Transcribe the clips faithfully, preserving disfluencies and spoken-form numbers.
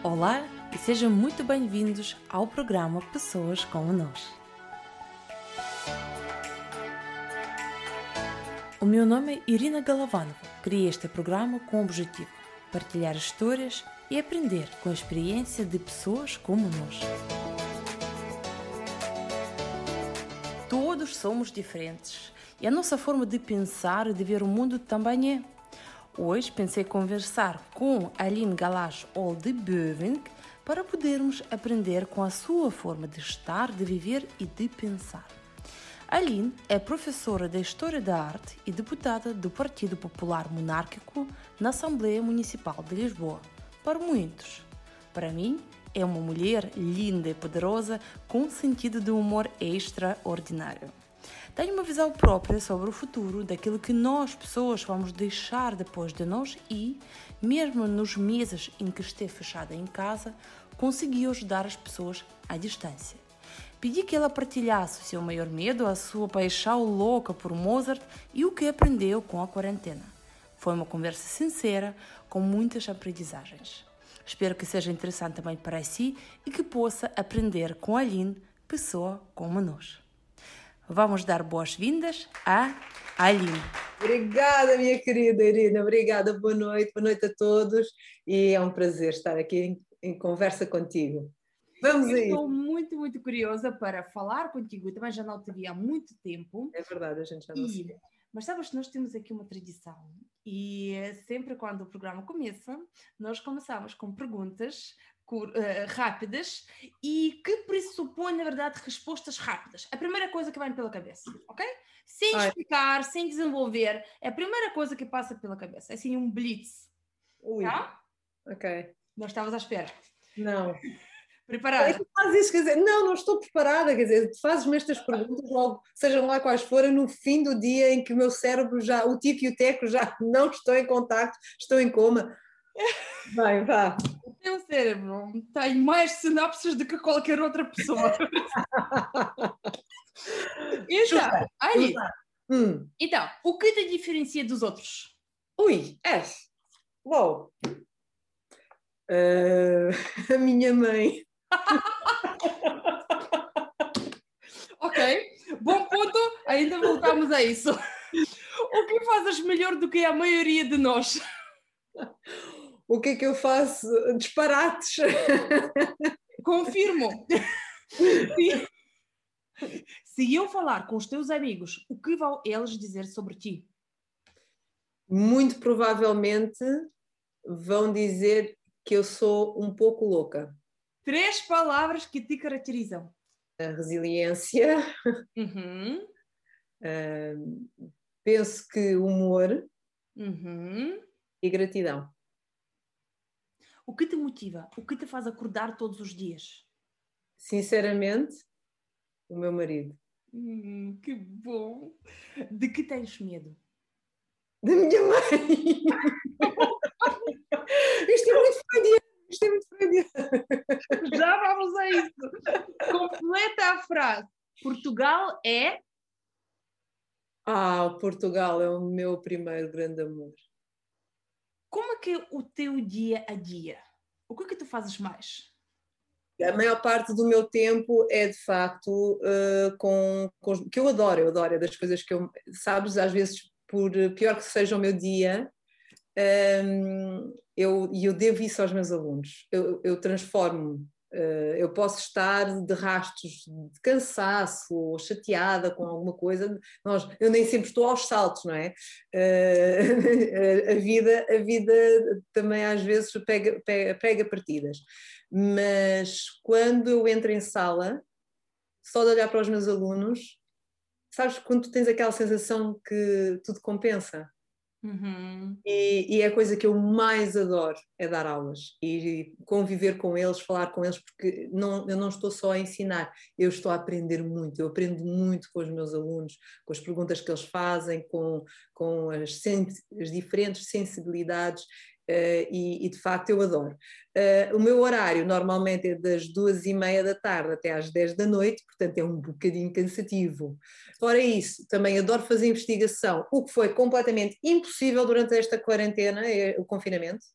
Olá e sejam muito bem-vindos ao programa Pessoas como Nós. O meu nome é Irina Galavanova. Criei este programa com o objetivo de partilhar histórias e aprender com a experiência de pessoas como nós. Todos somos diferentes e a nossa forma de pensar e de ver o mundo também é. Hoje pensei conversar com Aline Galás de Beuvenk para podermos aprender com a sua forma de estar, de viver e de pensar. Aline é professora de História da Arte e deputada do Partido Popular Monárquico na Assembleia Municipal de Lisboa. Para muitos, para mim, é uma mulher linda e poderosa com um sentido de humor extraordinário. Tem uma visão própria sobre o futuro, daquilo que nós, pessoas, vamos deixar depois de nós e, mesmo nos meses em que esteve fechada em casa, conseguiu ajudar as pessoas à distância. Pedi que ela partilhasse o seu maior medo, a sua paixão louca por Mozart e o que aprendeu com a quarentena. Foi uma conversa sincera, com muitas aprendizagens. Espero que seja interessante também para si e que possa aprender com a Aline, pessoa como nós. Vamos dar boas-vindas a Aline. Obrigada, minha querida Irina. Obrigada, boa noite. Boa noite a todos. E é um prazer estar aqui em, em conversa contigo. Vamos Eu aí. estou muito, muito curiosa para falar contigo. Eu também já não te vi há muito tempo. É verdade, a gente já não se vê. Mas sabes que nós temos aqui uma tradição. E sempre quando o programa começa, nós começamos com perguntas Uh, rápidas e que pressupõem, na verdade, respostas rápidas. A primeira coisa que vem pela cabeça, ok? Sem Ai. explicar, sem desenvolver, é a primeira coisa que passa pela cabeça. É assim um blitz. Ui. Tá? Ok. Não estavas à espera? Não. Preparada? É que faz isso, quer dizer, não, não estou preparada, quer dizer, fazes-me estas perguntas logo, sejam lá quais forem, no fim do dia em que o meu cérebro já, o tico e o teco já não estão em contacto, estou em coma. Vai, vá. O teu cérebro tem mais sinapses do que qualquer outra pessoa. Então, aí, hum. então, o que te diferencia dos outros? Ui, é. Uou. Uh, a minha mãe. Ok, bom ponto, ainda voltamos a isso. O que fazes melhor do que a maioria de nós? O que é que eu faço? Disparates. Confirmo. Se, se eu falar com os teus amigos, o que vão eles dizer sobre ti? Muito provavelmente vão dizer que eu sou um pouco louca. Três palavras que te caracterizam. A resiliência. Uhum. Uh, penso que humor. Uhum. E gratidão. O que te motiva? O que te faz acordar todos os dias? Sinceramente, o meu marido. Hum, que bom! De que tens medo? Da minha mãe! Isto é muito freudiano! Isto é muito freudiano! Já vamos a isso! Completa a frase. Portugal é... Ah, Portugal é o meu primeiro grande amor. Como é que é o teu dia a dia? O que é que tu fazes mais? A maior parte do meu tempo é, de facto, uh, com, com... que eu adoro, eu adoro, é das coisas que eu... Sabes, às vezes, por pior que seja o meu dia, um, eu, e eu devo isso aos meus alunos. Eu, eu transformo-me. Uh, eu posso estar de rastos de cansaço ou chateada com alguma coisa. Nós, eu nem sempre estou aos saltos, não é? Uh, a, vida, a vida também às vezes pega, pega, pega partidas. Mas quando eu entro em sala, só de olhar para os meus alunos, sabes quando tu tens aquela sensação que tudo compensa? Uhum. E, e é a coisa que eu mais adoro, é dar aulas e conviver com eles, falar com eles, porque não, eu não estou só a ensinar, eu estou a aprender muito, eu aprendo muito com os meus alunos, com as perguntas que eles fazem, com, com as, as diferentes sensibilidades. Uh, e, e de facto eu adoro. Uh, o meu horário normalmente é das duas e meia da tarde até às dez da noite, portanto é um bocadinho cansativo. Fora isso, também adoro fazer investigação, o que foi completamente impossível durante esta quarentena, é o confinamento.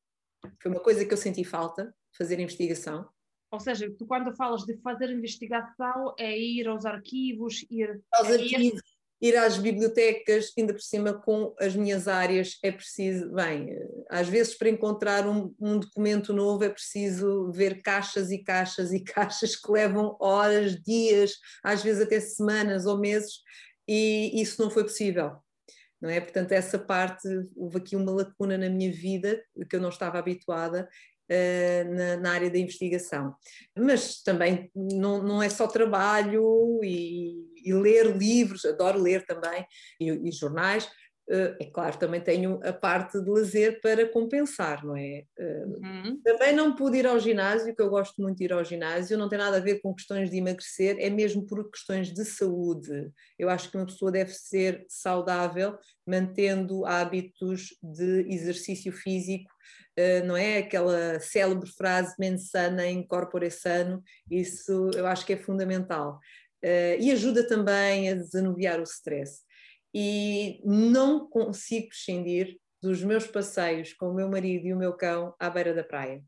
Foi uma coisa que eu senti falta, fazer investigação. Ou seja, tu quando falas de fazer investigação é ir aos arquivos, ir Aos é arquivos, ir às bibliotecas, ainda por cima com as minhas áreas, é preciso, bem, às vezes para encontrar um, um documento novo é preciso ver caixas e caixas e caixas que levam horas, dias, às vezes até semanas ou meses, e isso não foi possível. Não é? Portanto, essa parte, houve aqui uma lacuna na minha vida que eu não estava habituada uh, na, na área da investigação. Mas também não, não é só trabalho e, e ler livros, adoro ler também, e, e jornais. Uh, é claro, também tenho a parte de lazer para compensar, não é? Uh, uhum. Também não pude ir ao ginásio, que eu gosto muito de ir ao ginásio, não tem nada a ver com questões de emagrecer, é mesmo por questões de saúde. Eu acho que uma pessoa deve ser saudável, mantendo hábitos de exercício físico, uh, não é? Aquela célebre frase mens sana in corpore sano, isso eu acho que é fundamental. Uh, e ajuda também a desanuviar o stress. E não consigo prescindir dos meus passeios com o meu marido e o meu cão à beira da praia.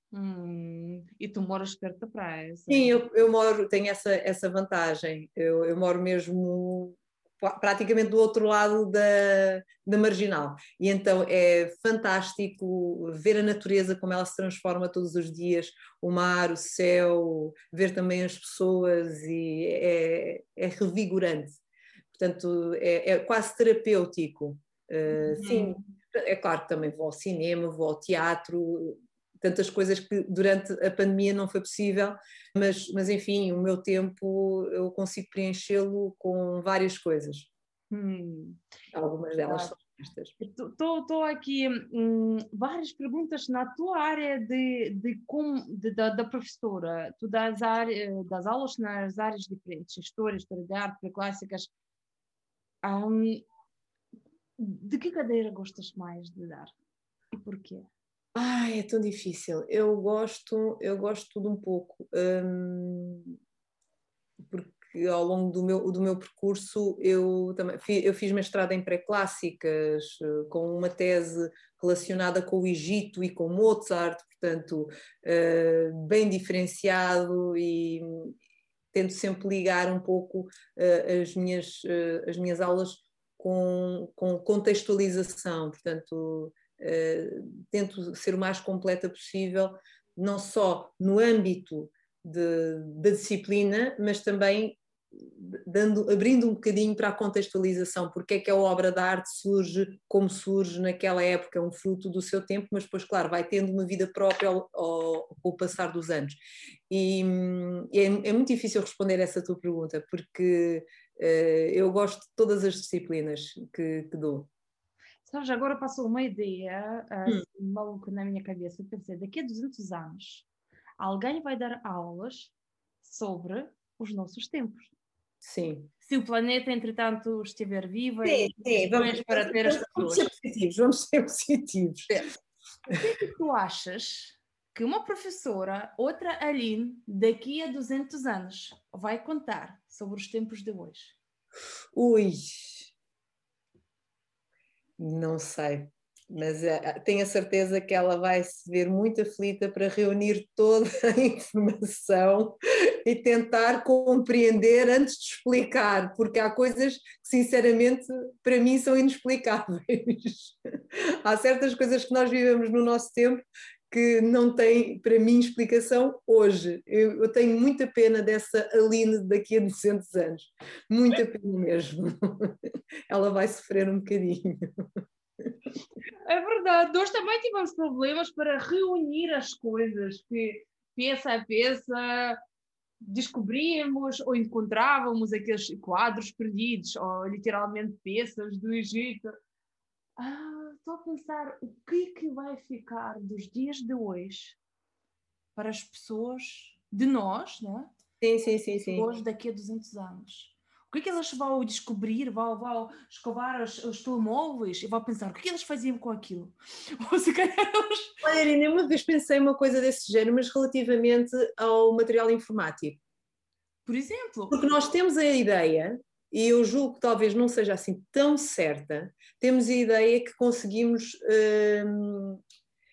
Hum, e tu moras perto da praia? Certo? Sim, eu, eu moro, tenho essa, essa vantagem. Eu, eu moro mesmo praticamente do outro lado da, da Marginal. E então é fantástico ver a natureza, como ela se transforma todos os dias, o mar, o céu, ver também as pessoas, e é, é revigorante. Portanto, é, é quase terapêutico. Uh, sim, uhum. É claro que também vou ao cinema, vou ao teatro, tantas coisas que durante a pandemia não foi possível, mas, mas enfim, o meu tempo eu consigo preenchê-lo com várias coisas. Hum. Algumas delas ah. são estas. Estou aqui, hum, várias perguntas na tua área de, de, com, de, da, da professora. Tu das, área, das aulas nas áreas diferentes, história, história de arte, clássicas. Um, de que cadeira gostas mais de dar? E porquê? Ai, é tão difícil. Eu gosto, eu gosto de tudo um pouco. Hum, porque ao longo do meu, do meu percurso eu também fiz, eu fiz mestrado em pré-clássicas, com uma tese relacionada com o Egito e com Mozart, portanto, uh, bem diferenciado, e tento sempre ligar um pouco uh, as, minhas, uh, as minhas aulas com, com contextualização, portanto, uh, tento ser o mais completa possível, não só no âmbito da disciplina, mas também dando, abrindo um bocadinho para a contextualização, porque é que a obra de arte surge como surge naquela época, é um fruto do seu tempo, mas depois, claro, vai tendo uma vida própria ao, ao, ao passar dos anos. E é, é muito difícil responder essa tua pergunta, porque uh, eu gosto de todas as disciplinas que, que dou. Sabes, agora passou uma ideia assim, hum. maluca na minha cabeça. Eu pensei, daqui a duzentos anos, alguém vai dar aulas sobre os nossos tempos. Sim. Se o planeta, entretanto, estiver vivo, sim, sim, vamos, para ter as vamos ser positivos, vamos ser positivos. É. O que é que tu achas que uma professora, outra Aline, daqui a duzentos anos, vai contar sobre os tempos de hoje? Ui, não sei. Mas uh, tenho a certeza que ela vai se ver muito aflita para reunir toda a informação e tentar compreender antes de explicar, porque há coisas que, sinceramente, para mim são inexplicáveis. Há certas coisas que nós vivemos no nosso tempo que não têm, para mim, explicação hoje. Eu, eu tenho muita pena dessa Aline daqui a duzentos anos. Muita pena mesmo. Ela vai sofrer um bocadinho. É verdade, nós também tivemos problemas para reunir as coisas, que peça a peça descobríamos ou encontrávamos aqueles quadros perdidos, ou literalmente peças do Egito. Ah, estou a pensar o que é que vai ficar dos dias de hoje para as pessoas, de nós, né? Sim, sim, sim, sim. Hoje, daqui a duzentos anos. O que é que elas vão descobrir? Vão, vão escovar os, os telemóveis e vão pensar o que é que elas faziam com aquilo? Ou se calhar elas... Olha, Irina, uma vez pensei uma coisa desse género, mas relativamente ao material informático. Por exemplo? Porque nós temos a ideia, e eu julgo que talvez não seja assim tão certa, temos a ideia que conseguimos hum,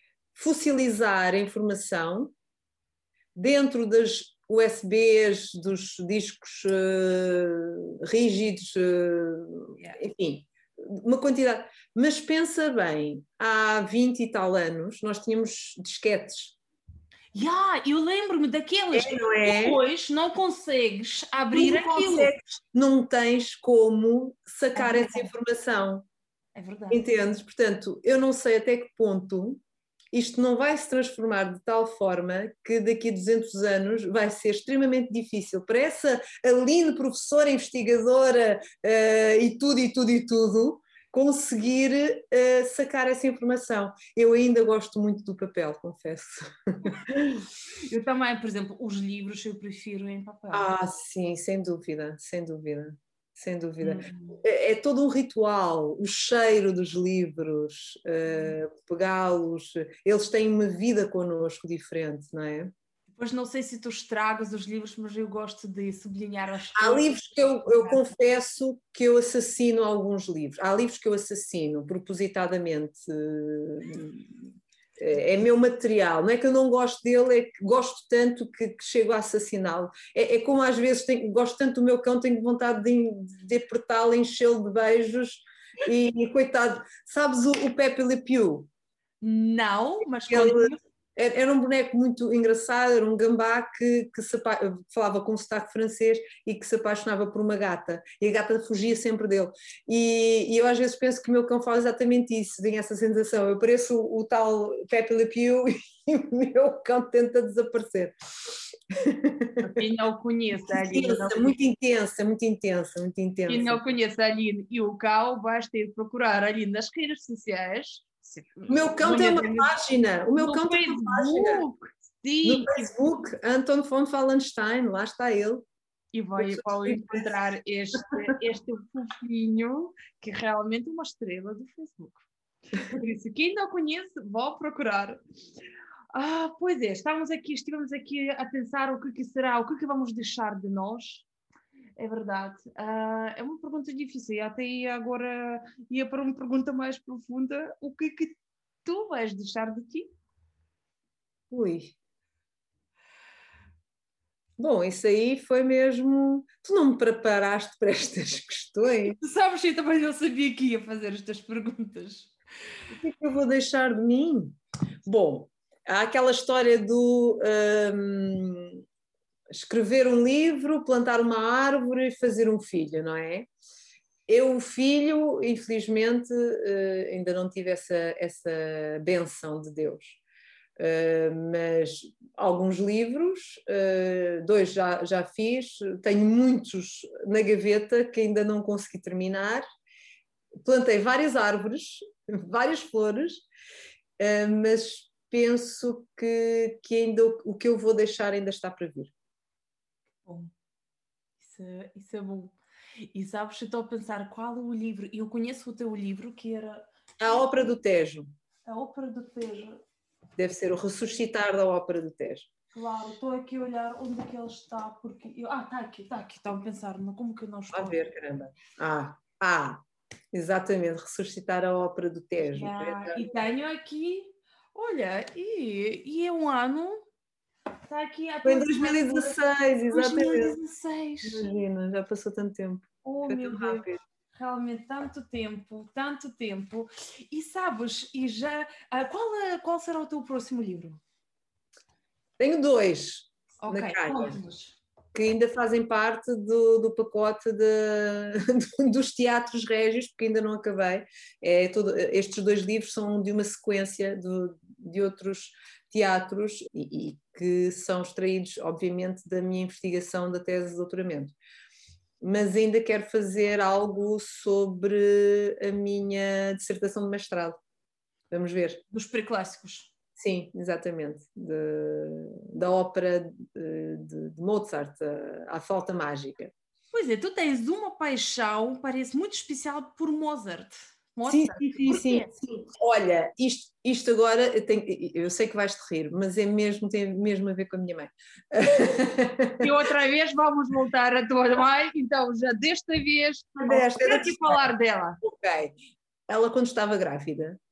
fossilizar a informação dentro das U S Bs, dos discos uh, rígidos, uh, yeah. enfim, uma quantidade. Mas pensa bem, há vinte e tal anos nós tínhamos disquetes. Yeah, eu lembro-me daqueles é, não é? Hoje não consegues abrir não aquilo. Consegues, não tens como sacar é essa informação. É verdade. Entendes? Portanto, eu não sei até que ponto isto não vai se transformar de tal forma que daqui a duzentos anos vai ser extremamente difícil para essa Aline, professora, investigadora uh, e tudo, e tudo, e tudo, conseguir uh, sacar essa informação. Eu ainda gosto muito do papel, confesso. Eu também, por exemplo, os livros eu prefiro em papel. Ah, sim, sem dúvida, sem dúvida. Sem dúvida. Hum. É, é todo um ritual, o cheiro dos livros, uh, pegá-los, eles têm uma vida connosco diferente, não é? Depois não sei se tu estragas os livros, mas eu gosto de sublinhar as Há coisas. livros que eu, eu confesso que eu assassino alguns livros. Há livros que eu assassino propositadamente. Uh, é meu material, não é que eu não gosto dele, é que gosto tanto que, que chego a assassiná-lo. É, é como às vezes tenho, gosto tanto do meu cão, tenho vontade de, de apertá-lo, enchê-lo de beijos e, e coitado, sabes o, o Pepe Le Pew? Não, mas ele era um boneco muito engraçado, era um gambá que, que se, falava com um sotaque francês e que se apaixonava por uma gata, e a gata fugia sempre dele. E, e eu às vezes penso que o meu cão faz exatamente isso, tem essa sensação. Eu pareço o, o tal Pepe Le Pew e o meu cão tenta desaparecer. Quem não conhece a Aline, intensa, não... muito intensa, muito intensa, muito intensa. Quem não conhece a Aline e o cão, basta ir procurar a Aline nas redes sociais. O meu cão tem uma página. O meu cão tem uma página. Sim. No Facebook, Anton von Fallenstein, lá está ele. E vai para encontrar este, este fofinho, que é realmente uma estrela do Facebook. Por isso, quem não conhece, vou procurar. Ah, pois é, estamos aqui, estivemos aqui a pensar o que, que será, o que, que vamos deixar de nós. É verdade. Uh, é uma pergunta difícil. Até agora ia para uma pergunta mais profunda. O que que tu vais deixar de ti? Ui. Bom, isso aí foi mesmo... Tu não me preparaste para estas questões. Tu sabes que eu também não sabia que ia fazer estas perguntas. O que é que eu vou deixar de mim? Bom, há aquela história do... Um... escrever um livro, plantar uma árvore e fazer um filho, não é? Eu, o filho, infelizmente, ainda não tive essa, essa benção de Deus. Mas alguns livros, dois já, já fiz, tenho muitos na gaveta que ainda não consegui terminar. Plantei várias árvores, várias flores, mas penso que, que ainda o que eu vou deixar ainda está para vir. Bom, isso é, isso é bom. E sabes, eu estou a pensar qual é o livro, eu conheço o teu livro que era... A Ópera do Tejo. A Ópera do Tejo. Deve ser o Ressuscitar da Ópera do Tejo. Claro, estou aqui a olhar onde é que ele está, porque... Eu... Ah, está aqui, está aqui, estava a pensar, não, como que eu não estou... A ver, caramba. Ah, ah, exatamente, Ressuscitar a Ópera do Tejo. Ah, e tenho aqui, olha, e, e é um ano... Está aqui a Foi em dois mil e dezasseis, exatamente. dois mil e dezasseis. Imagina, já passou tanto tempo. Oh, Foi meu Deus. Rápido. Realmente, tanto tempo, tanto tempo. E sabes, e já... Ah, qual, é, qual será o teu próximo livro? Tenho dois okay, na calha, que ainda fazem parte do, do pacote de, dos teatros régios, porque ainda não acabei. É, todo, estes dois livros são de uma sequência de, de outros teatros e, e que são extraídos, obviamente, da minha investigação da tese de doutoramento. Mas ainda quero fazer algo sobre a minha dissertação de mestrado. Vamos ver. Dos pré-clássicos. Sim, exatamente. De, da ópera de, de, de Mozart, a, a Flauta Mágica. Pois é, tu tens uma paixão, parece muito especial por Mozart. Sim, sim, sim, sim, sim. Olha, isto, isto agora, eu, tenho, eu sei que vais-te rir, mas é mesmo, tem mesmo a ver com a minha mãe. E outra vez vamos voltar à tua mãe, então já desta vez, desta, quero aqui falar dela. Ok. Ela, quando estava grávida,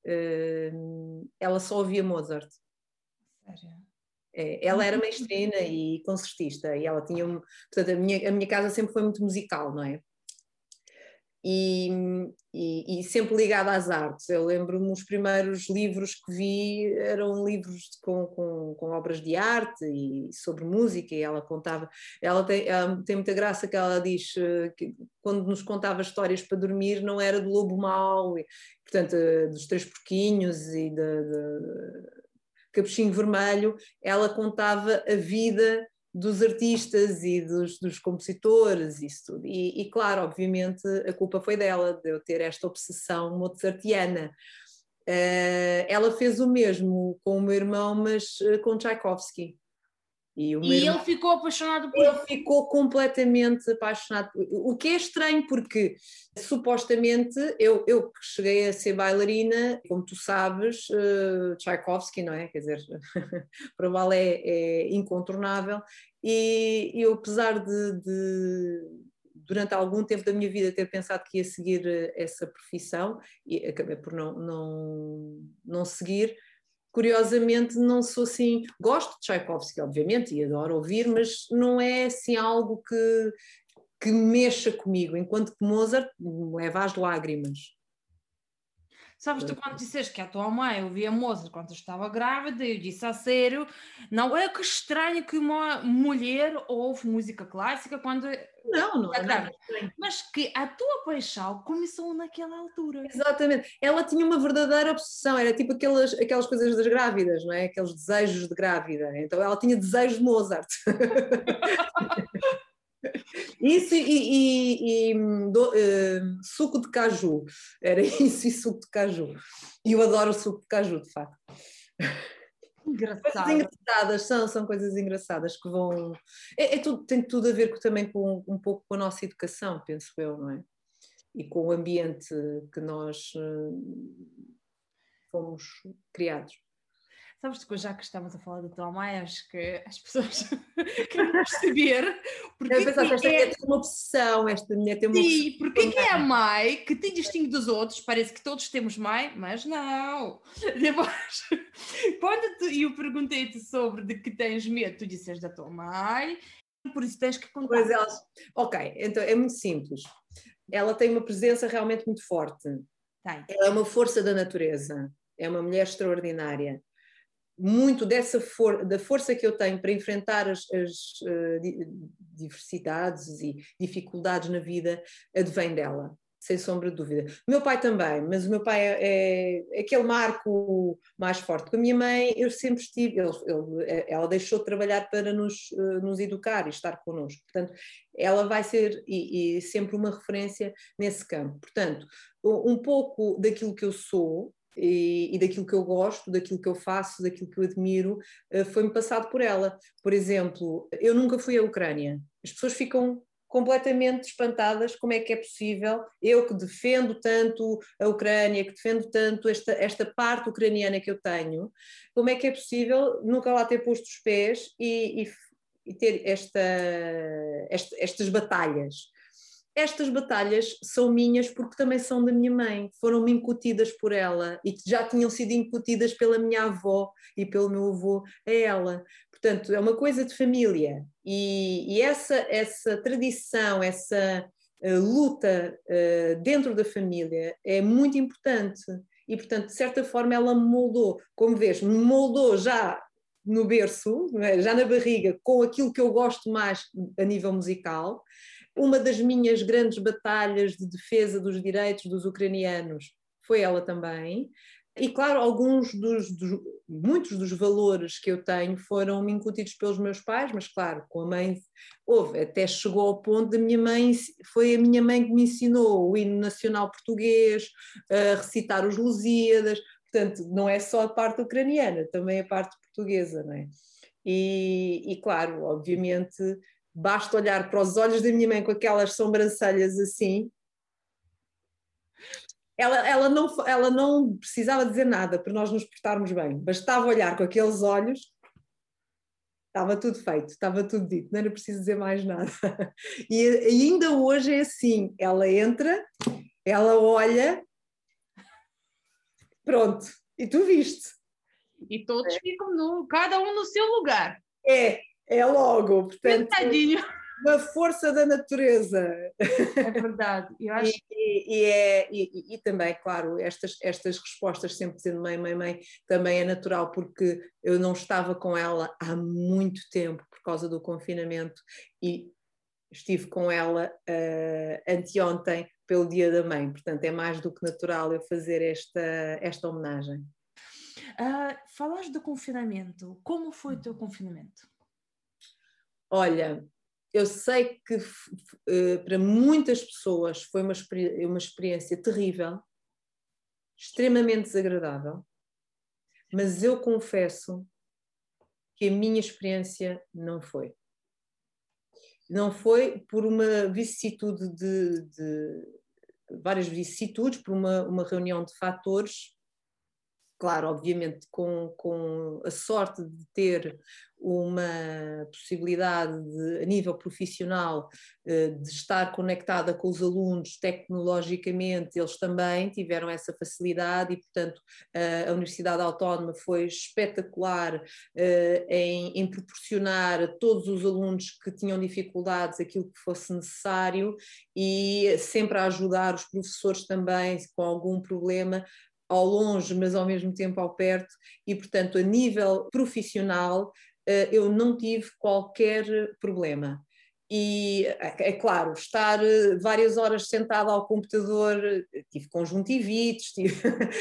uh, ela só ouvia Mozart. Sério? É, ela era maestrina e concertista, e ela tinha, portanto, a minha, a minha casa sempre foi muito musical, não é? E, e, e sempre ligada às artes. Eu lembro-me, os primeiros livros que vi eram livros com, com, com obras de arte e sobre música, e ela contava, ela tem, ela tem muita graça que ela diz que quando nos contava histórias para dormir não era do lobo mau, e, portanto, dos três porquinhos e de, de Capuchinho Vermelho, ela contava a vida dos artistas e dos, dos compositores, isso tudo. E, e, claro, obviamente, a culpa foi dela, de eu ter esta obsessão mozartiana. Uh, ela fez o mesmo com o meu irmão, mas uh, com Tchaikovsky. E, o meu e irmão, ele ficou apaixonado por Ele ficou completamente apaixonado. O que é estranho, porque supostamente eu, eu que cheguei a ser bailarina, como tu sabes, uh, Tchaikovsky, não é? Quer dizer, para o balé é incontornável. E eu, apesar de, de, durante algum tempo da minha vida, ter pensado que ia seguir essa profissão, e acabei por não, não, não seguir. Curiosamente não sou assim, gosto de Tchaikovsky obviamente e adoro ouvir, mas não é assim algo que, que mexa comigo, enquanto que Mozart me leva às lágrimas. Sabes, tu quando disseste que a tua mãe ouvia Mozart quando estava grávida, eu disse a sério, não é que estranho que uma mulher ouve música clássica quando não, não está é grávida, mas que a tua paixão começou naquela altura. Exatamente, ela tinha uma verdadeira obsessão, era tipo aquelas, aquelas coisas das grávidas, não é? Aqueles desejos de grávida, então ela tinha desejos de Mozart. Isso e, e, e do, uh, suco de caju, era isso e suco de caju. E eu adoro o suco de caju, de facto. Coisas engraçadas, são, são coisas engraçadas que vão. É, é tudo, tem tudo a ver com, também com um pouco com a nossa educação, penso eu, não é? E com o ambiente que nós uh, fomos criados. Sabes que já que estamos a falar da tua mãe, acho que as pessoas querem perceber porque eu pensava, que esta é... mulher tem uma obsessão, esta mulher tem uma Sim, obsessão. porque que é a mãe que te distingue dos outros, parece que todos temos mãe, mas não. Depois, quando tu, eu perguntei-te sobre de que tens medo, tu disseste da tua mãe, por isso tens que contar. Pois elas... Ok, então é muito simples. Ela tem uma presença realmente muito forte. Tem. Ela é uma força da natureza, é uma mulher extraordinária. Muito dessa for da força que eu tenho para enfrentar as, as uh, diversidades e dificuldades na vida advém dela, sem sombra de dúvida. O meu pai também, mas o meu pai é, é aquele marco mais forte. Com a minha mãe eu sempre estive, ele, ele, ela deixou de trabalhar para nos, uh, nos educar e estar connosco, portanto ela vai ser e, e sempre uma referência nesse campo. Portanto, um pouco daquilo que eu sou E, e daquilo que eu gosto, daquilo que eu faço, daquilo que eu admiro, foi-me passado por ela. Por exemplo, eu nunca fui à Ucrânia. As pessoas ficam completamente espantadas como é que é possível, eu que defendo tanto a Ucrânia, que defendo tanto esta, esta parte ucraniana que eu tenho, como é que é possível nunca lá ter posto os pés e, e, e ter esta, esta, estas batalhas. Estas batalhas são minhas porque também são da minha mãe, foram-me incutidas por ela e que já tinham sido incutidas pela minha avó e pelo meu avô a ela. Portanto, é uma coisa de família e, e essa, essa tradição, essa uh, luta uh, dentro da família é muito importante e, portanto, de certa forma ela me moldou, como vês, me moldou já no berço, já na barriga, com aquilo que eu gosto mais a nível musical. Uma das minhas grandes batalhas de defesa dos direitos dos ucranianos foi ela também. E, claro, alguns dos, dos muitos dos valores que eu tenho foram-me incutidos pelos meus pais, mas, claro, com a mãe, houve, até chegou ao ponto da minha mãe, foi a minha mãe que me ensinou o hino nacional português, a recitar os Lusíadas, portanto, não é só a parte ucraniana, também a parte portuguesa, não é? E, e claro, obviamente, basta olhar para os olhos da minha mãe com aquelas sobrancelhas assim. Ela, ela, não, ela não precisava dizer nada para nós nos portarmos bem. Bastava olhar com aqueles olhos, estava tudo feito, estava tudo dito, não era preciso dizer mais nada. E, e ainda hoje é assim, ela entra, ela olha Pronto, e tu viste. E todos é. ficam, no, cada um no seu lugar. É, é logo, portanto, Sentadinho. Uma força da natureza. É verdade. Eu acho... e, e, é, e, e também, claro, estas, estas respostas sempre dizendo mãe, mãe, mãe, também é natural porque eu não estava com ela há muito tempo por causa do confinamento e estive com ela uh, anteontem pelo Dia da Mãe, portanto é mais do que natural eu fazer esta, esta homenagem. Uh, falaste do confinamento, como foi o teu confinamento? Olha, eu sei que uh, para muitas pessoas foi uma, experi- uma experiência terrível, extremamente desagradável, mas eu confesso que a minha experiência não foi. Não foi por uma vicissitude de, de várias vicissitudes, por uma, uma reunião de fatores. Claro, obviamente, com, com a sorte de ter uma possibilidade de, a nível profissional de estar conectada com os alunos tecnologicamente, eles também tiveram essa facilidade e, portanto, a Universidade Autónoma foi espetacular em, em proporcionar a todos os alunos que tinham dificuldades aquilo que fosse necessário e sempre a ajudar os professores também com algum problema, ao longe, mas ao mesmo tempo ao perto, e portanto a nível profissional eu não tive qualquer problema. E é claro, estar várias horas sentada ao computador, tive conjuntivites, tive,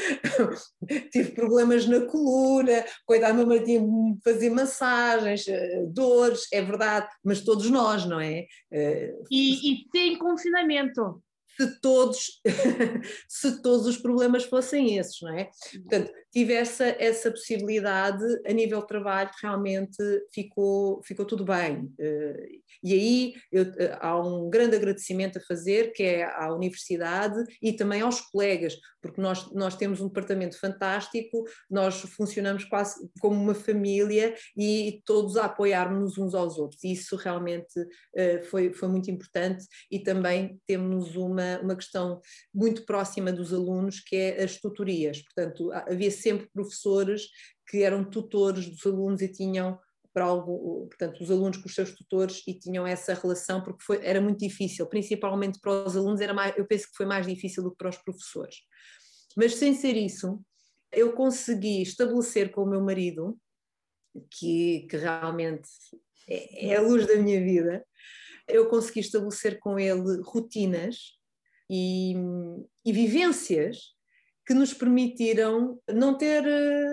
tive problemas na coluna, cuidar da minha mãe tinha de fazer massagens, dores, é verdade, mas todos nós, não é? E, e sem confinamento. Se todos, se todos os problemas fossem esses, não é? Portanto, tive essa, essa possibilidade, a nível de trabalho realmente ficou, ficou tudo bem. E aí eu, há um grande agradecimento a fazer, que é à universidade e também aos colegas, porque nós, nós temos um departamento fantástico, nós funcionamos quase como uma família e todos a apoiarmos uns aos outros. Isso realmente foi, foi muito importante e também temos uma uma questão muito próxima dos alunos, que é as tutorias. Portanto, havia sempre professores que eram tutores dos alunos e tinham para algo, portanto, os alunos com os seus tutores e tinham essa relação, porque foi, era muito difícil, principalmente para os alunos, era mais, eu penso que foi mais difícil do que para os professores. Mas sem ser isso, eu consegui estabelecer com o meu marido, que, que realmente é, é a luz da minha vida, eu consegui estabelecer com ele rotinas E, e vivências que nos permitiram não ter,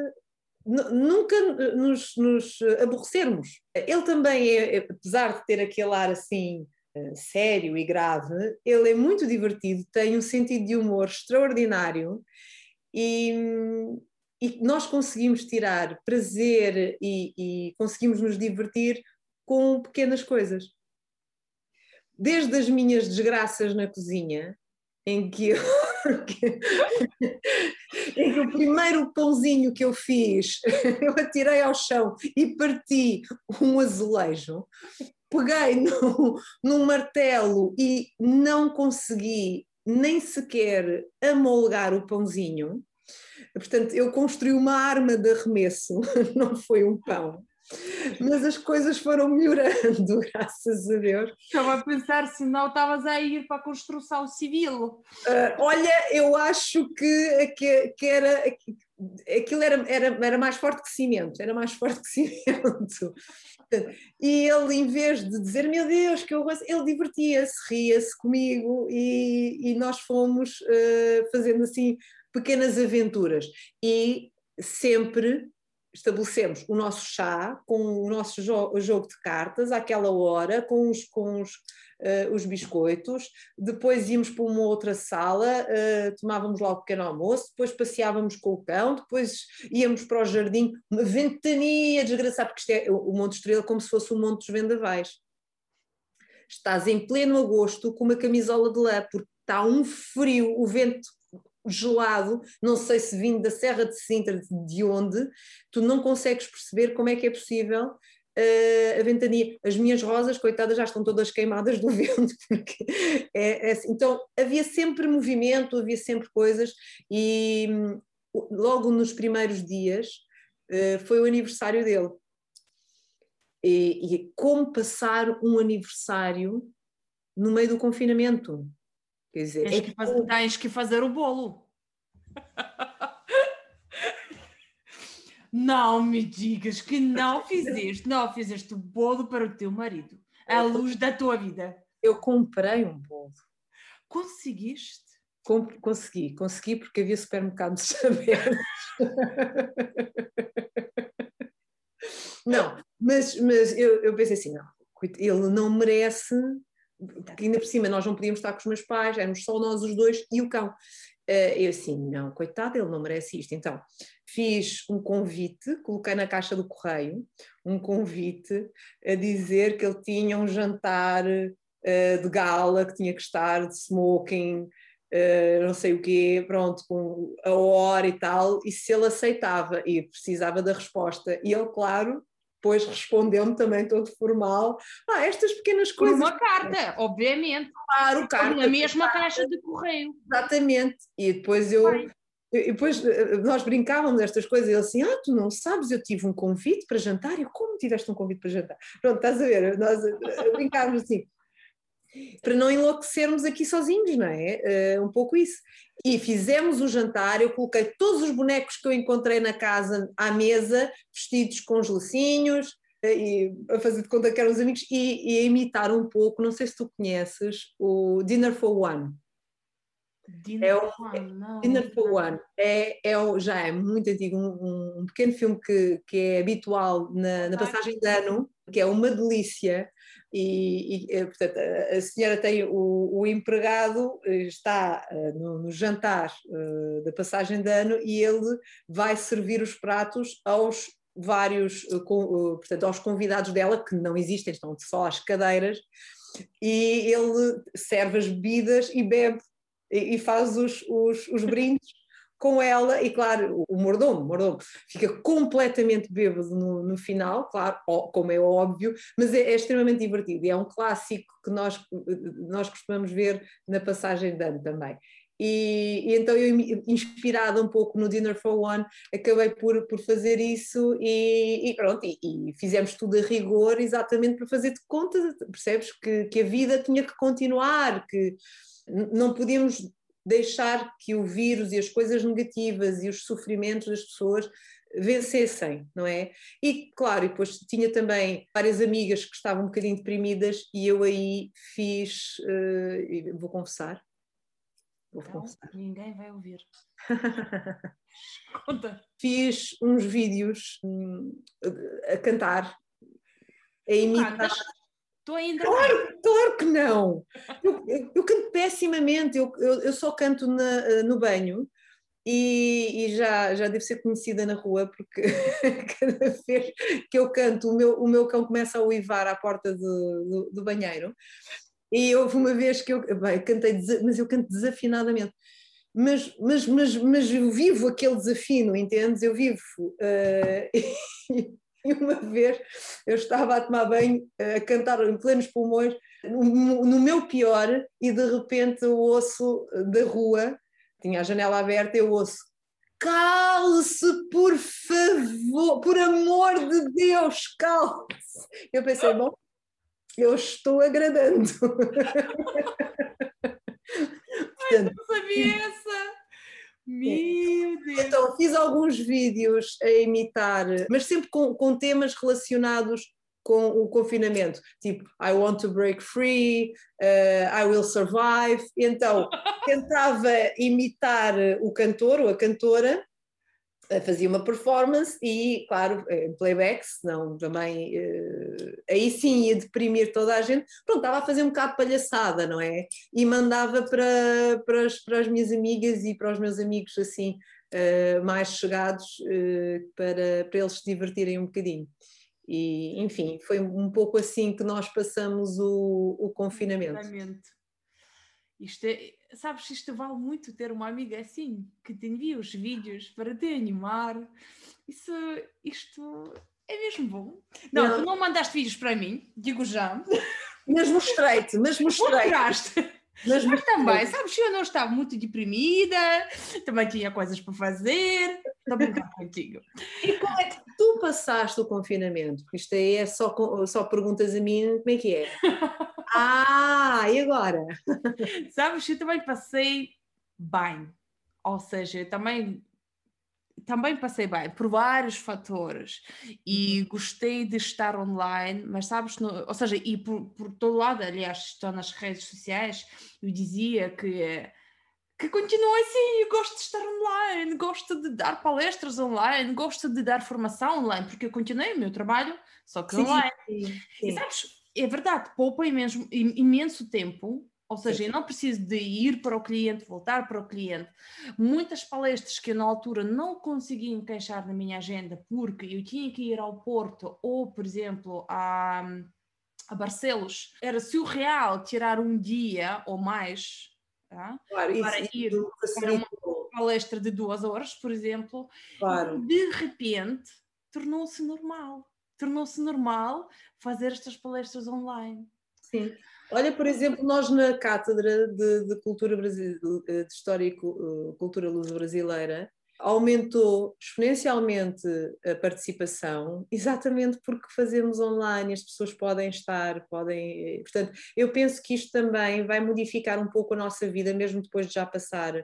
nunca nos, nos aborrecermos. Ele também, é, apesar de ter aquele ar assim sério e grave, ele é muito divertido, tem um sentido de humor extraordinário e, e nós conseguimos tirar prazer e, e conseguimos nos divertir com pequenas coisas. Desde as minhas desgraças na cozinha, em que, eu, em que o primeiro pãozinho que eu fiz, eu atirei ao chão e parti um azulejo, peguei no, num martelo e não consegui nem sequer amolgar o pãozinho. Portanto, eu construí uma arma de arremesso, não foi um pão. Mas as coisas foram melhorando, graças a Deus. Estava a pensar se não estavas a ir para a construção civil. Uh, olha, eu acho que, que, que era, aquilo era, era, era mais forte que cimento, era mais forte que cimento. E ele, em vez de dizer, meu Deus, que eu gosto, ele divertia-se, ria-se comigo e, e nós fomos uh, fazendo assim pequenas aventuras. E sempre estabelecemos o nosso chá com o nosso jo- jogo de cartas àquela hora, com os, com os, uh, os biscoitos, depois íamos para uma outra sala, uh, tomávamos lá o pequeno almoço, depois passeávamos com o cão, depois íamos para o jardim, uma ventania desgraçada, porque isto é o Monte Estrela como se fosse o Monte dos Vendavais. Estás em pleno agosto com uma camisola de lã, porque está um frio, o vento gelado, não sei se vindo da Serra de Sintra, de onde, tu não consegues perceber como é que é possível uh, a ventania. As minhas rosas, coitadas, já estão todas queimadas do vento, porque é, é assim. Então havia sempre movimento, havia sempre coisas e, logo nos primeiros dias, uh, foi o aniversário dele. E, e como passar um aniversário no meio do confinamento? Quer dizer, tens, é que fazer, tens que fazer o bolo. Não me digas que não fizeste, não fizeste o bolo para o teu marido, à luz da tua vida. Eu comprei um bolo. Conseguiste? Com, consegui, consegui porque havia supermercados abertos. Não, mas, mas eu, eu pensei assim, não, ele não merece, porque ainda por cima nós não podíamos estar com os meus pais, éramos só nós os dois e o cão. Eu assim, não, coitado, ele não merece isto. Então, fiz um convite, coloquei na caixa do correio, um convite a dizer que ele tinha um jantar uh, de gala, que tinha que estar de smoking, uh, não sei o quê, pronto, com a hora e tal, e se ele aceitava, e precisava da resposta. E ele, claro, depois respondeu-me também todo formal, ah, estas pequenas Por coisas... uma carta, obviamente. Claro, carta. Na mesma caixa de correio. Exatamente. E depois eu... E depois nós brincávamos destas coisas, e ele assim, ah, tu não sabes, eu tive um convite para jantar. E eu, como tiveste um convite para jantar? Pronto, estás a ver, nós brincávamos assim, para não enlouquecermos aqui sozinhos, não é? Uh, um pouco isso. E fizemos o jantar, eu coloquei todos os bonecos que eu encontrei na casa à mesa, vestidos com os lacinhos, e a fazer de conta que eram os amigos, e, e a imitar um pouco, não sei se tu conheces, o Dinner for One. Dinner é for One, não. Dinner for One é, é, já é muito antigo, um, um pequeno filme que, que é habitual na, na passagem de ano, que é uma delícia, e, e portanto, a, a senhora tem o, o empregado, está uh, no, no jantar uh, da passagem de ano, e ele vai servir os pratos aos vários, uh, com, uh, portanto, aos convidados dela, que não existem, estão só às cadeiras, e ele serve as bebidas e bebe e faz os, os, os brindes com ela, e claro, o mordomo, o mordomo fica completamente bêbado no, no final, claro, como é óbvio, mas é, é extremamente divertido, e é um clássico que nós, nós costumamos ver na passagem de ano também. E, e então eu, inspirada um pouco no Dinner for One, acabei por, por fazer isso, e, e pronto, e, e fizemos tudo a rigor, exatamente para fazer de conta, percebes, que, que a vida tinha que continuar, que não podíamos deixar que o vírus e as coisas negativas e os sofrimentos das pessoas vencessem, não é? E claro, e depois tinha também várias amigas que estavam um bocadinho deprimidas, e eu aí fiz, uh, vou confessar, vou não, confessar. Ninguém vai ouvir. Conta. Fiz uns vídeos um, a cantar, a imitar. Estou ainda. Claro, claro que não! Eu, eu, eu canto pessimamente, eu, eu, eu só canto na, no banho, e, e já, já devo ser conhecida na rua, porque cada vez que eu canto, o meu, o meu cão começa a uivar à porta do, do, do banheiro. E houve uma vez que eu, bem, cantei, mas eu canto desafinadamente. Mas, mas, mas, mas eu vivo aquele desafino, entendes? Eu vivo. Uh, E uma vez eu estava a tomar banho, a cantar em plenos pulmões, no, no meu pior, e de repente eu ouço da rua, tinha a janela aberta, eu ouço: cale-se, por favor, por amor de Deus, cale-se. Eu pensei, bom, eu estou agradando. Ai, não sabia essa! Meu Deus! Então, fiz alguns vídeos a imitar, mas sempre com, com temas relacionados com o confinamento, tipo I want to break free, uh, I will survive. Então, tentava imitar o cantor ou a cantora, fazia uma performance e, claro, em playback, senão também uh, aí sim ia deprimir toda a gente. Pronto, estava a fazer um bocado de palhaçada, não é? E mandava para, para, as, para as minhas amigas e para os meus amigos assim uh, mais chegados, uh, para, para eles se divertirem um bocadinho. E, enfim, foi um pouco assim que nós passamos o, o confinamento. Confinamento. Isto é, sabes, isto vale muito ter uma amiga assim, que te envia os vídeos para te animar. Isso, isto é mesmo bom. Não, não, tu não mandaste vídeos para mim, digo já. Mas mostrei-te, mas mostrei-te. Mostraste. Mas, Mas também, sabes, eu não estava muito deprimida, também tinha coisas para fazer, estou a brincar contigo. E como é que tu passaste o confinamento? Porque isto aí é só, só perguntas a mim, como é que é? Ah, e agora? Sabes, eu também passei bem, ou seja, eu também também passei bem por vários fatores e gostei de estar online, mas sabes, no, ou seja, e por, por todo lado, aliás, estou nas redes sociais, eu dizia que, que continua assim, eu gosto de estar online, gosto de dar palestras online, gosto de dar formação online, porque eu continuei o meu trabalho, só que Sim, online. sim, E sim. sabes, é verdade, poupa imenso, imenso tempo, ou seja, Sim. eu não preciso de ir para o cliente, voltar para o cliente. Muitas palestras que eu na altura não conseguia encaixar na minha agenda porque eu tinha que ir ao Porto ou, por exemplo, a, a Barcelos. Era surreal tirar um dia ou mais, tá, Claro, para isso, ir isso para uma facilitou, palestra de duas horas, por exemplo, claro. e de repente tornou-se normal. Tornou-se normal fazer estas palestras online. Sim. Olha, por exemplo, nós na Cátedra de, de Cultura Brasi- de História e Cu- eh, Cultura Luso-Brasileira aumentou exponencialmente a participação, exatamente porque fazemos online, as pessoas podem estar, podem. eh, Portanto, eu penso que isto também vai modificar um pouco a nossa vida, mesmo depois de já passar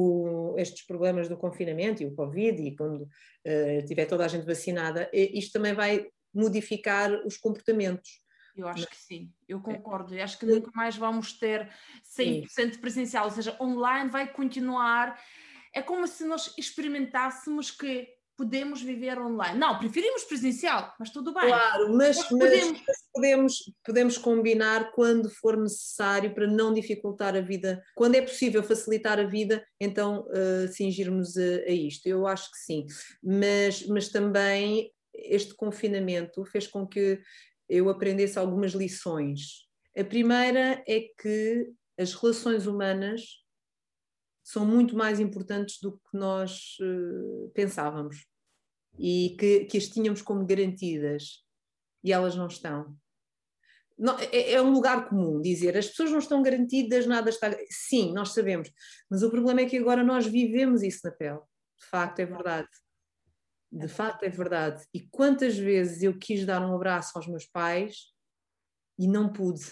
o- estes problemas do confinamento e o Covid, e quando eh, tiver toda a gente vacinada, eh, isto também vai modificar os comportamentos. Eu acho que sim, eu concordo. Eu acho que Sim. nunca mais vamos ter cem por cento presencial, ou seja, online vai continuar. É como se nós experimentássemos que podemos viver online. Não, preferimos presencial, mas tudo bem. Claro, mas, Nós mas podemos. podemos, podemos combinar quando for necessário para não dificultar a vida. Quando é possível facilitar a vida, então uh, cingirmos a, a isto. Eu acho que sim. Mas, mas também este confinamento fez com que eu aprendesse algumas lições. A primeira é que as relações humanas são muito mais importantes do que nós uh, pensávamos e que, que as tínhamos como garantidas e elas não estão. Não, é, é um lugar comum dizer as pessoas não estão garantidas, nada está. Sim, nós sabemos, mas o problema é que agora nós vivemos isso na pele. De facto, é verdade. De facto, é verdade. E quantas vezes eu quis dar um abraço aos meus pais e não pude.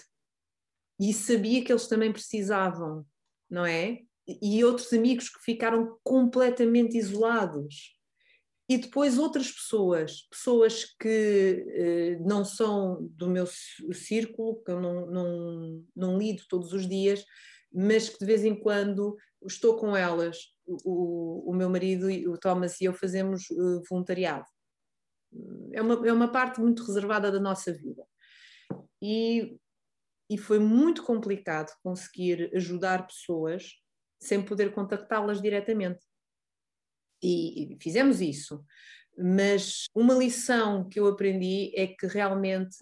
E sabia que eles também precisavam, não é? E outros amigos que ficaram completamente isolados. E depois outras pessoas, pessoas que eh, não são do meu círculo, que eu não, não, não lido todos os dias, mas que de vez em quando estou com elas. O, o meu marido, o Thomas e eu fazemos uh, voluntariado. É uma, é uma parte muito reservada da nossa vida. E, e foi muito complicado conseguir ajudar pessoas sem poder contactá-las diretamente. E, e fizemos isso. Mas uma lição que eu aprendi é que realmente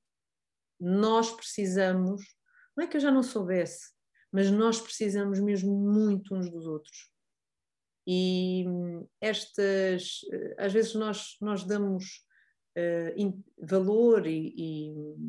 nós precisamos, não é que eu já não soubesse, mas nós precisamos mesmo muito uns dos outros. E estas, às vezes nós, nós damos uh, valor e, e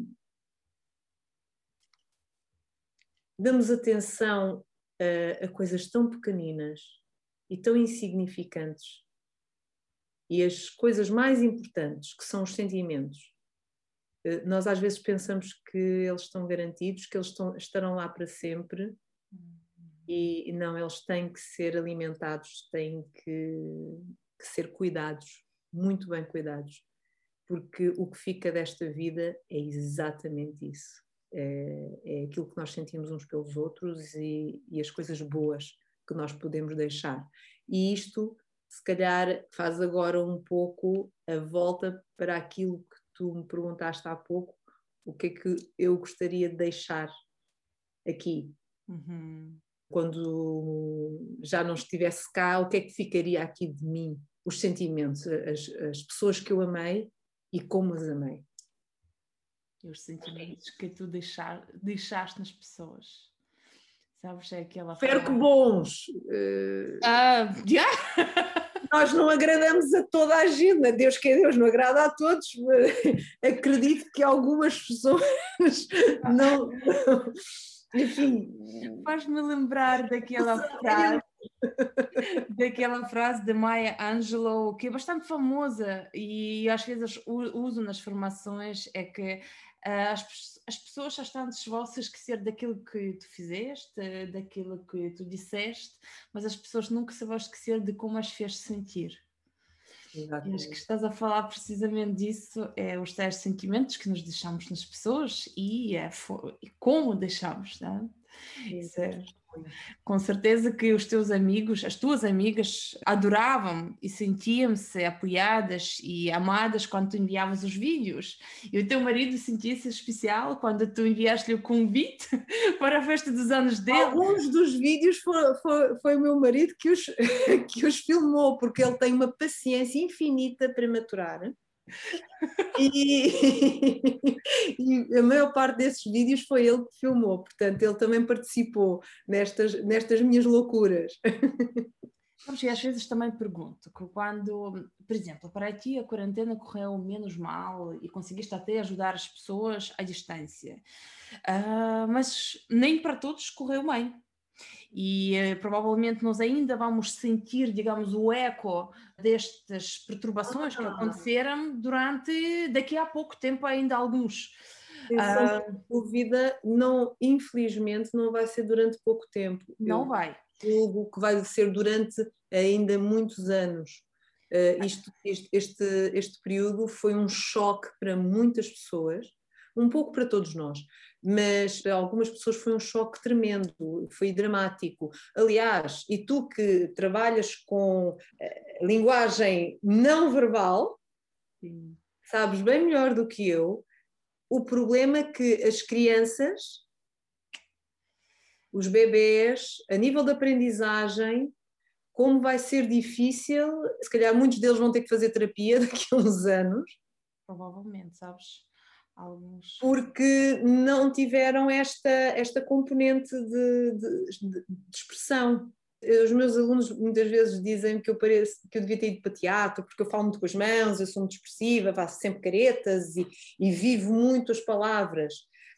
damos atenção a, a coisas tão pequeninas e tão insignificantes. E as coisas mais importantes, que são os sentimentos, nós às vezes pensamos que eles estão garantidos, que eles estão, estarão lá para sempre, e não, eles têm que ser alimentados, têm que, que ser cuidados, muito bem cuidados, porque o que fica desta vida é exatamente isso. É, é aquilo que nós sentimos uns pelos outros e, e as coisas boas que nós podemos deixar. E isto, se calhar, faz agora um pouco a volta para aquilo que tu me perguntaste há pouco, o que é que eu gostaria de deixar aqui. Uhum. Quando já não estivesse cá, o que é que ficaria aqui de mim? Os sentimentos, as, as pessoas que eu amei e como as amei. E os sentimentos que tu deixar, deixaste nas pessoas. Sabes, é aquela Espero frase. que bons. Uh... Ah, yeah. Nós não agradamos a toda a gente, Deus que é Deus, não agrada a todos, mas acredito que algumas pessoas não, Enfim. Faz-me lembrar daquela frase, daquela frase de Maya Angelou, que é bastante famosa e às vezes uso nas formações, é que uh, as, as pessoas às tantas vão se esquecer daquilo que tu fizeste, daquilo que tu disseste, mas as pessoas nunca se vão esquecer de como as fez sentir. E acho que estás a falar precisamente disso, é os tais sentimentos que nos deixamos nas pessoas e, é, e como deixamos, não é? Isso é, com certeza que os teus amigos, as tuas amigas adoravam e sentiam-se apoiadas e amadas quando tu enviavas os vídeos. E o teu marido sentia-se especial quando tu enviaste-lhe o convite para a festa dos anos dele. Alguns dos vídeos foi, foi, foi o meu marido que os, que os filmou, porque ele tem uma paciência infinita para maturar. E, e a maior parte desses vídeos foi ele que filmou, portanto ele também participou nestas, nestas minhas loucuras. E às vezes também pergunto que quando, por exemplo, para ti a quarentena correu menos mal e conseguiste até ajudar as pessoas à distância, uh, mas nem para todos correu bem. E uh, provavelmente nós ainda vamos sentir, digamos, o eco destas perturbações ah. que aconteceram durante, daqui a pouco tempo ainda alguns. Uh, dúvida, não, infelizmente não vai ser durante pouco tempo. Não Eu vai. Julgo que vai ser durante ainda muitos anos. Uh, isto, este, este, este período foi um choque para muitas pessoas, um pouco para todos nós, mas para algumas pessoas foi um choque tremendo, foi dramático. Aliás, e tu que trabalhas com uh, linguagem não verbal, Sim. sabes bem melhor do que eu o problema que as crianças, os bebês, a nível de aprendizagem, como vai ser difícil, se calhar muitos deles vão ter que fazer terapia daqui a uns anos. Provavelmente, sabes? Alguns... Porque não tiveram esta, esta componente de, de, de expressão. Os meus alunos muitas vezes dizem que eu pareço, que eu devia ter ido para teatro, porque eu falo muito com as mãos, eu sou muito expressiva, faço sempre caretas e, e vivo muito as palavras.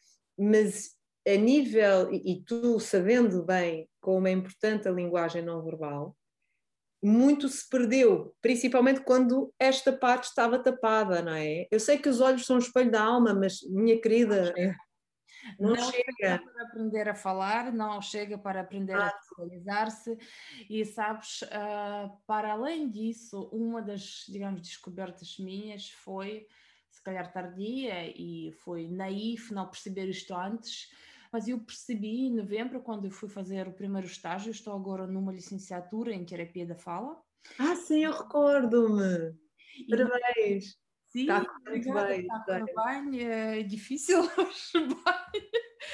Mas a nível, e, e tu sabendo bem como é importante a linguagem não verbal, muito se perdeu, principalmente quando esta parte estava tapada, não é? Eu sei que os olhos são o espelho da alma, mas, minha querida, não, não chega. chega para aprender a falar, não chega para aprender ah. a socializar-se e sabes, uh, para além disso, uma das, digamos, descobertas minhas foi, se calhar tardia e foi naif não perceber isto antes, mas eu percebi em novembro, quando eu fui fazer o primeiro estágio, estou agora numa licenciatura em terapia da fala. Ah, sim, eu recordo-me. Parabéns. Sim, está muito bem. Está bem, é difícil, mas bem.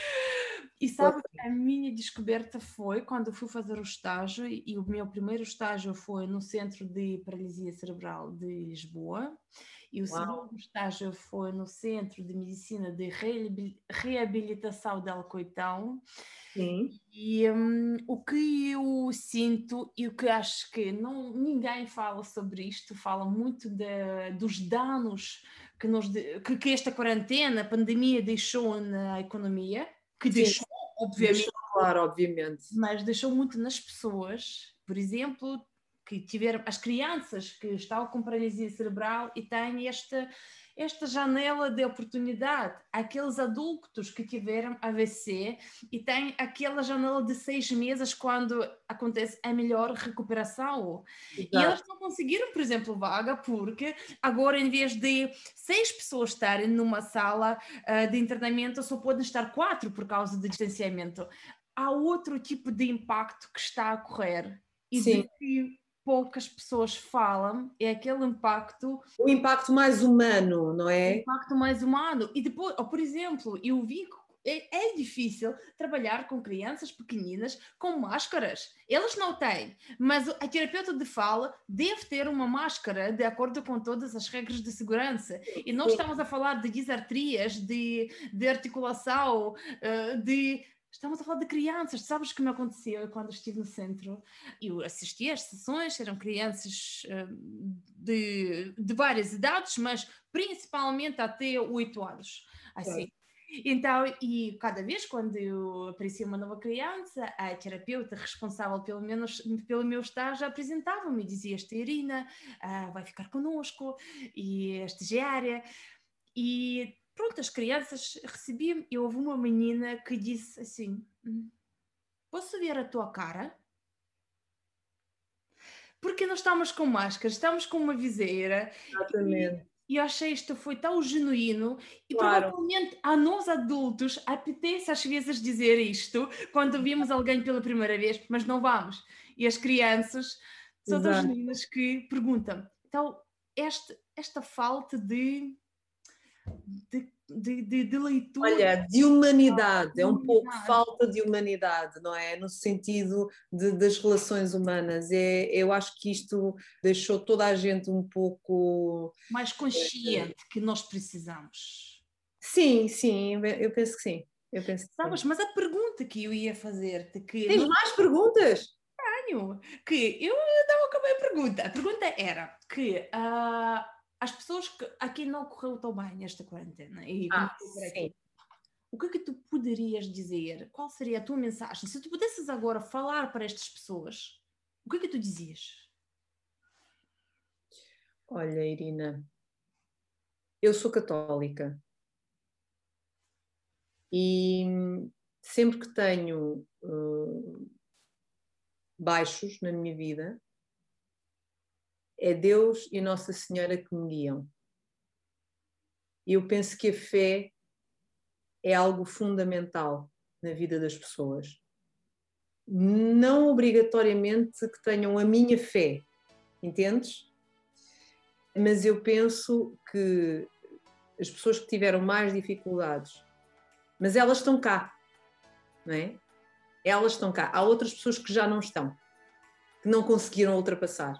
E sabe, a minha descoberta foi quando eu fui fazer o estágio, e o meu primeiro estágio foi no Centro de Paralisia Cerebral de Lisboa, e o Uau. segundo estágio foi no Centro de Medicina de Reabilitação de Alcoitão. Sim. E um, o que eu sinto e o que acho que não, ninguém fala sobre isto, fala muito de, dos danos que, nos, que, que esta quarentena, a pandemia deixou na economia, que Sim. deixou, obviamente, deixou, claro, obviamente, mas deixou muito nas pessoas, por exemplo, que tiveram as crianças que estão com paralisia cerebral e têm esta, esta janela de oportunidade, aqueles adultos que tiveram A V C e têm aquela janela de seis meses quando acontece a melhor recuperação. Exato. E elas não conseguiram, por exemplo, vaga porque agora, em vez de seis pessoas estarem numa sala uh, de internamento, só podem estar quatro por causa do distanciamento. Há outro tipo de impacto que está a ocorrer e Sim. de que poucas pessoas falam, é aquele impacto... O impacto mais humano, não é? O impacto mais humano. E depois, ou, por exemplo, eu vi que é, é difícil trabalhar com crianças pequeninas com máscaras. Elas não têm, mas a terapeuta de fala deve ter uma máscara de acordo com todas as regras de segurança. E nós estamos a falar de disartrias, de, de articulação, de... Estamos a falar de crianças, tu sabes o que me aconteceu quando estive no centro? Eu assisti às sessões, eram crianças uh, de, de várias idades, mas principalmente até oito anos. Assim, é. Então, e cada vez quando eu aparecia uma nova criança, a terapeuta responsável pelo, menos, pelo meu estágio apresentava-me e dizia: esta Irina uh, vai ficar connosco, e a estagiária. E pronto, as crianças recebiam, e houve uma menina que disse assim: posso ver a tua cara? Porque nós estamos com máscara, estamos com uma viseira. Exatamente. E eu achei isto foi tão genuíno e Claro. provavelmente a nós adultos apetece às vezes dizer isto quando vimos alguém pela primeira vez, mas não vamos. E as crianças são tão Exato. genuínas que perguntam. Então, este, esta falta de, de, de, de, de leitura... Olha, de humanidade, de é um pouco humanidade. falta de humanidade, não é? No sentido de, das relações humanas. É, eu acho que isto deixou toda a gente um pouco... mais consciente que nós precisamos. Sim, sim, eu penso que sim. Eu penso que Sabes, sim. mas a pergunta que eu ia fazer-te... Que Tens não... mais perguntas? Tenho, que eu não acabei a pergunta. A pergunta era que uh, as pessoas que aqui não correu tão bem esta quarentena, e Ah, sim. o que é que tu poderias dizer? Qual seria a tua mensagem? Se tu pudesses agora falar para estas pessoas, o que é que tu dizias? Olha, Irina, eu sou católica e sempre que tenho uh, baixos na minha vida, é Deus e Nossa Senhora que me guiam. E eu penso que a fé é algo fundamental na vida das pessoas. Não obrigatoriamente que tenham a minha fé, entendes? Mas eu penso que as pessoas que tiveram mais dificuldades, mas elas estão cá, não é? Elas estão cá. Há outras pessoas que já não estão, que não conseguiram ultrapassar.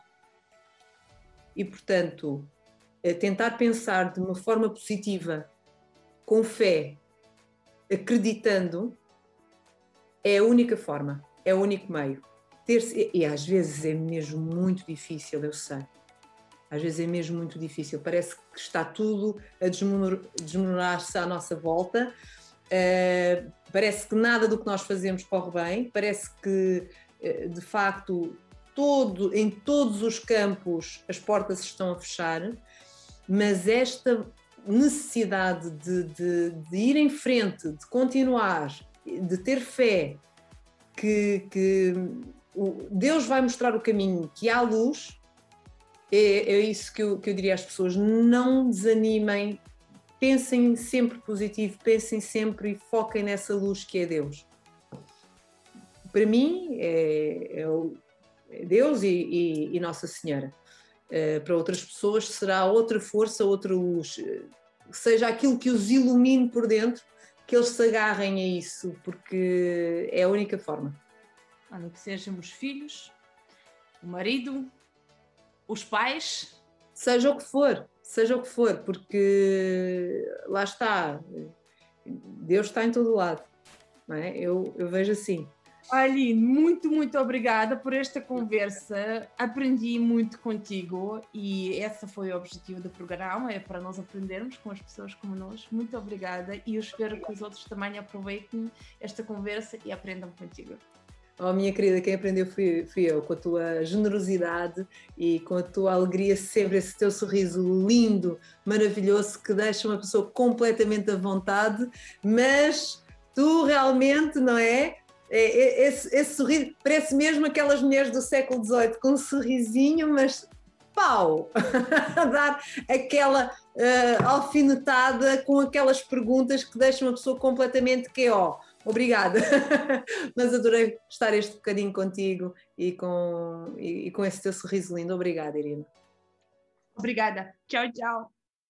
E, portanto, tentar pensar de uma forma positiva, com fé, acreditando, é a única forma, é o único meio. Ter-se, e às vezes é mesmo muito difícil, eu sei. Às vezes é mesmo muito difícil. Parece que está tudo a desmoronar-se à nossa volta. Uh, parece que nada do que nós fazemos corre bem. Parece que, uh, de facto, todo, em todos os campos as portas estão a fechar. Mas esta necessidade de, de, de ir em frente, de continuar, de ter fé que, que Deus vai mostrar o caminho, que há luz, é, é isso que eu, que eu diria às pessoas: não desanimem, pensem sempre positivo, pensem sempre e foquem nessa luz que é Deus. Para mim é, é Deus e, e, e Nossa Senhora. Uh, para outras pessoas será outra força, outra luz, uh, seja aquilo que os ilumine por dentro, que eles se agarrem a isso, porque é a única forma. Olha, que sejam os filhos, o marido, os pais, seja o que for, seja o que for, porque lá está, Deus está em todo lado, não é? eu, eu vejo assim. Aline, muito, muito obrigada por esta conversa. Aprendi muito contigo e esse foi o objetivo do programa, é para nós aprendermos com as pessoas como nós. Muito obrigada e eu espero que os outros também aproveitem esta conversa e aprendam contigo. Oh, minha querida, quem aprendeu fui, fui eu, com a tua generosidade e com a tua alegria sempre, esse teu sorriso lindo, maravilhoso, que deixa uma pessoa completamente à vontade, mas tu realmente, não é? Esse, esse sorriso, parece mesmo aquelas mulheres do século dezoito, com um sorrisinho, mas pau! A dar aquela uh, alfinetada com aquelas perguntas que deixam a pessoa completamente que ó. Obrigada, mas adorei estar este bocadinho contigo e com, e, e com esse teu sorriso lindo. Obrigada, Irina. Obrigada. Tchau, tchau.